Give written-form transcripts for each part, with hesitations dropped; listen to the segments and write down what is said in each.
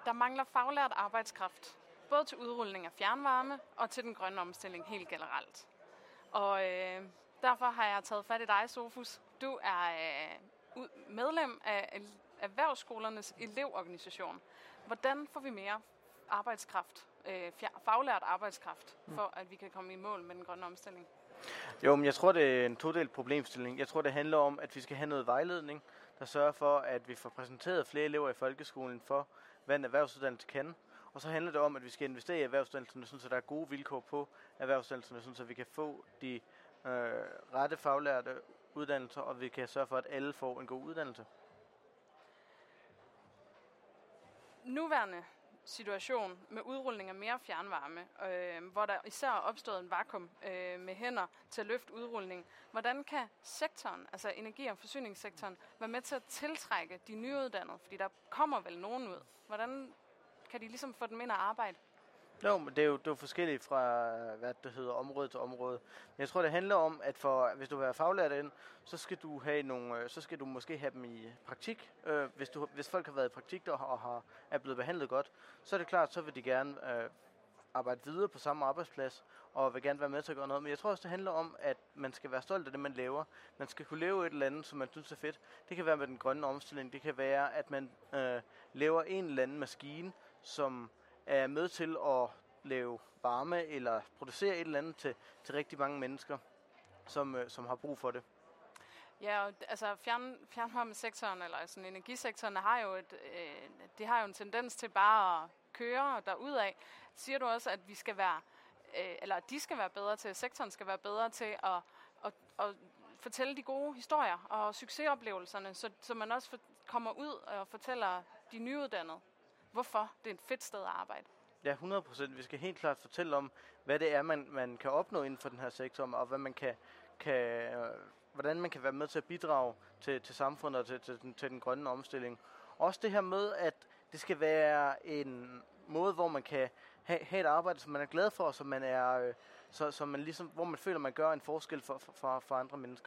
Der mangler faglært arbejdskraft, både til udrulning af fjernvarme og til den grønne omstilling helt generelt. Og derfor har jeg taget fat i dig, Sofus. Du er medlem af Erhvervsskolernes elevorganisation. Hvordan får vi mere arbejdskraft, faglært arbejdskraft, for at vi kan komme i mål med den grønne omstilling? Jo, men jeg tror, det er en todelt problemstilling. Jeg tror, det handler om, at vi skal have noget vejledning, der sørger for, at vi får præsenteret flere elever i folkeskolen for, hvad en erhvervsuddannelse kan. Og så handler det om, at vi skal investere i erhvervsuddannelserne, så der er gode vilkår på erhvervsuddannelserne, så vi kan få de rette faglærte uddannelser, og vi kan sørge for, at alle får en god uddannelse. Nuværende situation med udrulning af mere fjernvarme, hvor der især er opstået en vakuum med hænder til at løfte udrulning. Hvordan kan sektoren, altså energi- og forsyningssektoren, være med til at tiltrække de nyuddannede? Fordi der kommer vel nogen ud. Hvordan kan de ligesom få dem ind at arbejde? Jo, men det er jo forskelligt fra, hvad det hedder, område til område. Men jeg tror, det handler om, at hvis du vil være faglært ind, så skal du måske have dem i praktik. Hvis folk har været i praktik og er blevet behandlet godt, så er det klart, så vil de gerne arbejde videre på samme arbejdsplads og vil gerne være med til at gøre noget. Men jeg tror også, det handler om, at man skal være stolt af det, man laver. Man skal kunne leve et eller andet, som man synes er fedt. Det kan være med den grønne omstilling. Det kan være, at man laver en eller anden maskine, som er med til at lave varme eller producere et eller andet til rigtig mange mennesker, som har brug for det. Ja, altså fjernvarmesektoren eller sådan energisektoren har jo det har jo en tendens til bare at køre derudad. Siger du også, at vi skal være, eller at de skal være bedre til, sektoren skal være bedre til at fortælle de gode historier og succesoplevelserne, så man også kommer ud og fortæller de nyuddannede, hvorfor det er et fedt sted at arbejde? Ja, 100%. Vi skal helt klart fortælle om, hvad det er, man kan opnå inden for den her sektor, og hvad man hvordan man kan være med til at bidrage til samfundet og til den grønne omstilling. Også det her med, at det skal være en måde, hvor man kan have et arbejde, som man er glad for, som man er, så man ligesom, hvor man føler, man gør en forskel for andre mennesker.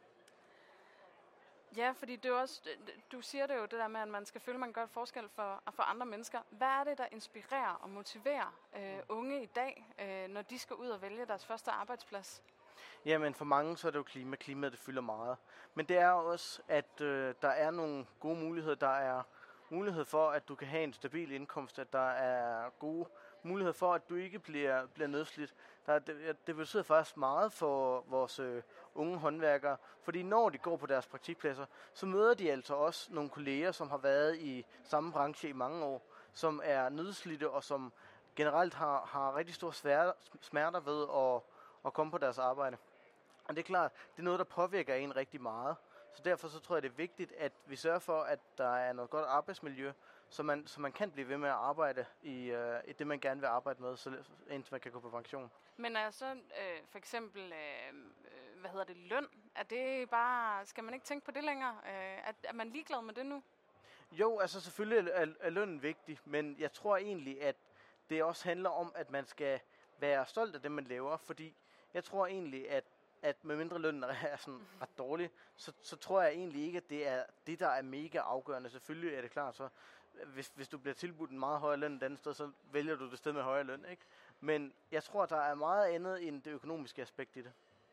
Ja, fordi det er også, du siger det jo, det der med, at man skal føle, at man gør et forskel for andre mennesker. Hvad er det, der inspirerer og motiverer unge i dag, når de skal ud og vælge deres første arbejdsplads? Jamen for mange så er det jo klimaet, det fylder meget. Men det er også, at der er nogle gode muligheder. Der er mulighed for, at du kan have en stabil indkomst, at der er gode muligheder for, at du ikke bliver nedslidt. Det betyder faktisk meget for vores unge håndværkere, fordi når de går på deres praktikpladser, så møder de altså også nogle kolleger, som har været i samme branche i mange år, som er nedslidte og som generelt har rigtig store smerter ved at komme på deres arbejde. Og det er klart, det er noget, der påvirker en rigtig meget. Så derfor så tror jeg, det er vigtigt, at vi sørger for, at der er noget godt arbejdsmiljø, så man kan blive ved med at arbejde i det, man gerne vil arbejde med, indtil man kan gå på pension. Men altså for eksempel, løn? Er det bare, skal man ikke tænke på det længere? Er man ligeglad med det nu? Jo, altså selvfølgelig er lønnen vigtig, men jeg tror egentlig, at det også handler om, at man skal være stolt af det, man laver, fordi jeg tror egentlig, at med mindre lønnen er sådan ret dårlig, så tror jeg egentlig ikke, at det er det, der er mega afgørende. Selvfølgelig er det klart, så hvis du bliver tilbudt en meget højere løn et andet sted, så vælger du det sted med højere løn, ikke? Men jeg tror, der er meget andet end det økonomiske aspekt i det.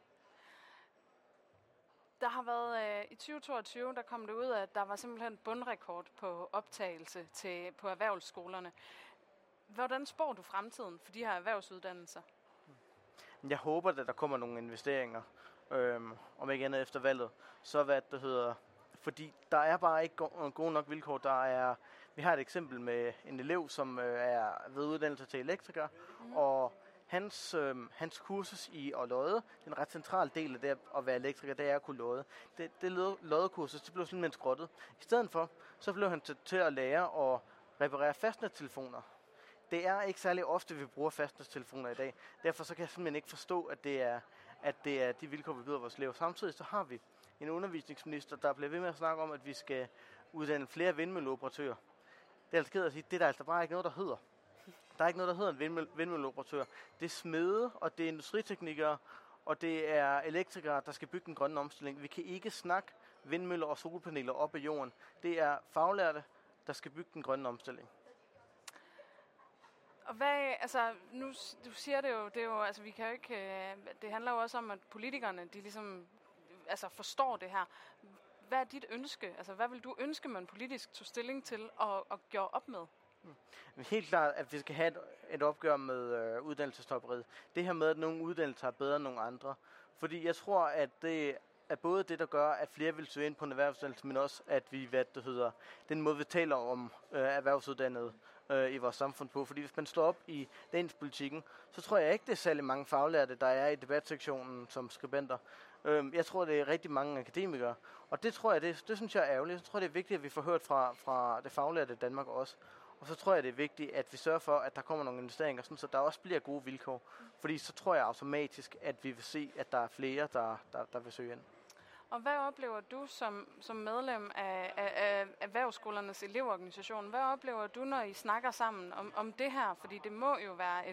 Der har været i 2022, der kom det ud, at der var simpelthen bundrekord på optagelse på erhvervsskolerne. Hvordan spår du fremtiden for de her erhvervsuddannelser? Jeg håber, at der kommer nogle investeringer, om ikke andet efter valget. Så fordi der er bare ikke gode nok vilkår. Vi har et eksempel med en elev, som er ved uddannelse til elektriker, og hans kursus i at lodde, en ret central del af det at være elektriker, det er at kunne lodde. Det loddekursus, det blev simpelthen skrottet. I stedet for, så blev han til at lære at reparere fastnettelefoner. Det er ikke særlig ofte, vi bruger fastnettelefoner i dag. Derfor så kan jeg simpelthen ikke forstå, at det er de vilkår, vi byder vores elever. Samtidig så har vi en undervisningsminister, der bliver ved med at snakke om, at vi skal uddanne flere vindmølleoperatører. Det er altså ked at sige, det er der altså bare ikke noget, der hedder. Der er ikke noget, der hedder en vindmølleoperatør. Det er smede, og det er industriteknikere, og det er elektrikere, der skal bygge den grønne omstilling. Vi kan ikke snakke vindmøller og solpaneler op af jorden. Det er faglærte, der skal bygge den grønne omstilling. Og hvad, altså, nu du siger det er jo, altså vi kan jo ikke, det handler jo også om, at politikerne, de ligesom, altså forstår det her. Hvad er dit ønske? Altså, hvad vil du ønske, man politisk tog stilling til og gjorde op med? Helt klart, at vi skal have et opgør med uddannelsesstopperiet. Det her med, at nogle uddannelser er bedre end nogle andre. Fordi jeg tror, at det er både det, der gør, at flere vil søge ind på en erhvervsuddannelse, men også, at vi, den måde, vi taler om erhvervsuddannede i vores samfund på. Fordi hvis man står op i danspolitikken, så tror jeg ikke, det er særlig mange faglærte, der er i debatsektionen som skribenter. Jeg tror, det er rigtig mange akademikere. Og det tror jeg, det synes jeg er ærgerligt. Jeg tror, det er vigtigt, at vi får hørt fra det faglærte Danmark også. Og så tror jeg, det er vigtigt, at vi sørger for, at der kommer nogle investeringer, sådan, så der også bliver gode vilkår. Fordi så tror jeg automatisk, at vi vil se, at der er flere, der vil søge ind. Og hvad oplever du som medlem af erhvervsskolernes elevorganisation? Hvad oplever du, når I snakker sammen om det her? Fordi det må jo være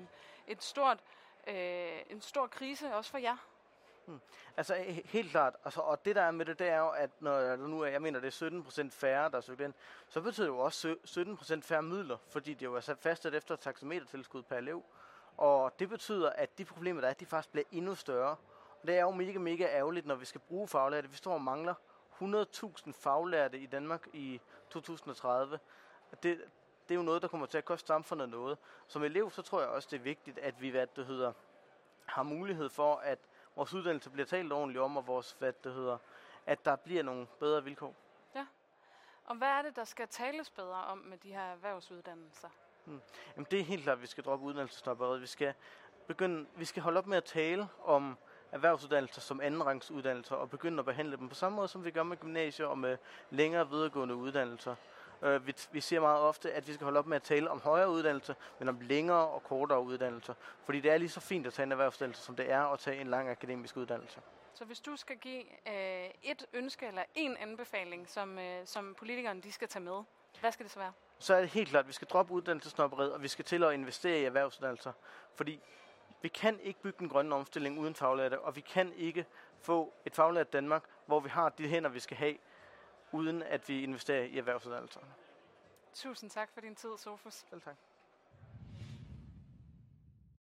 en stor krise også for jer. Altså helt klart, altså, og det der er med det er jo, at når nu er, jeg mener, det er 17% færre, der er søgt ind, så betyder det jo også 17% færre midler, fordi det jo er sat fastsat efter taxametertilskud per elev. Og det betyder, at de problemer, der er, de faktisk bliver endnu større. Og det er jo mega ærgerligt, når vi skal bruge faglærte. Vi står og mangler 100.000 faglærte i Danmark i 2030. Det er jo noget, der kommer til at koste samfundet noget. Som elev, så tror jeg også, det er vigtigt, at vi har mulighed for, at vores uddannelse bliver talt ordentligt om, og at der bliver nogle bedre vilkår. Ja. Og hvad er det, der skal tales bedre om med de her erhvervsuddannelser? Jamen, det er helt klart, at vi skal droppe uddannelsesstopperiet. Vi skal holde op med at tale om erhvervsuddannelser som andenrangsuddannelser, og begynde at behandle dem på samme måde, som vi gør med gymnasier og med længere videregående uddannelser. Vi siger meget ofte, at vi skal holde op med at tale om højere uddannelser, men om længere og kortere uddannelser. Fordi det er lige så fint at tage en erhvervsuddannelse, som det er at tage en lang akademisk uddannelse. Så hvis du skal give et ønske eller en anbefaling, som politikerne de skal tage med, hvad skal det så være? Så er det helt klart, at vi skal droppe uddannelsessnobberiet, og vi skal til at investere i erhvervsuddannelser. Fordi vi kan ikke bygge den grønne omstilling uden faglærte, og vi kan ikke få et faglært Danmark, hvor vi har de hænder, vi skal have, uden at vi investerer i erhvervsuddannelserne. Tusind tak for din tid, Sofus. Selv tak.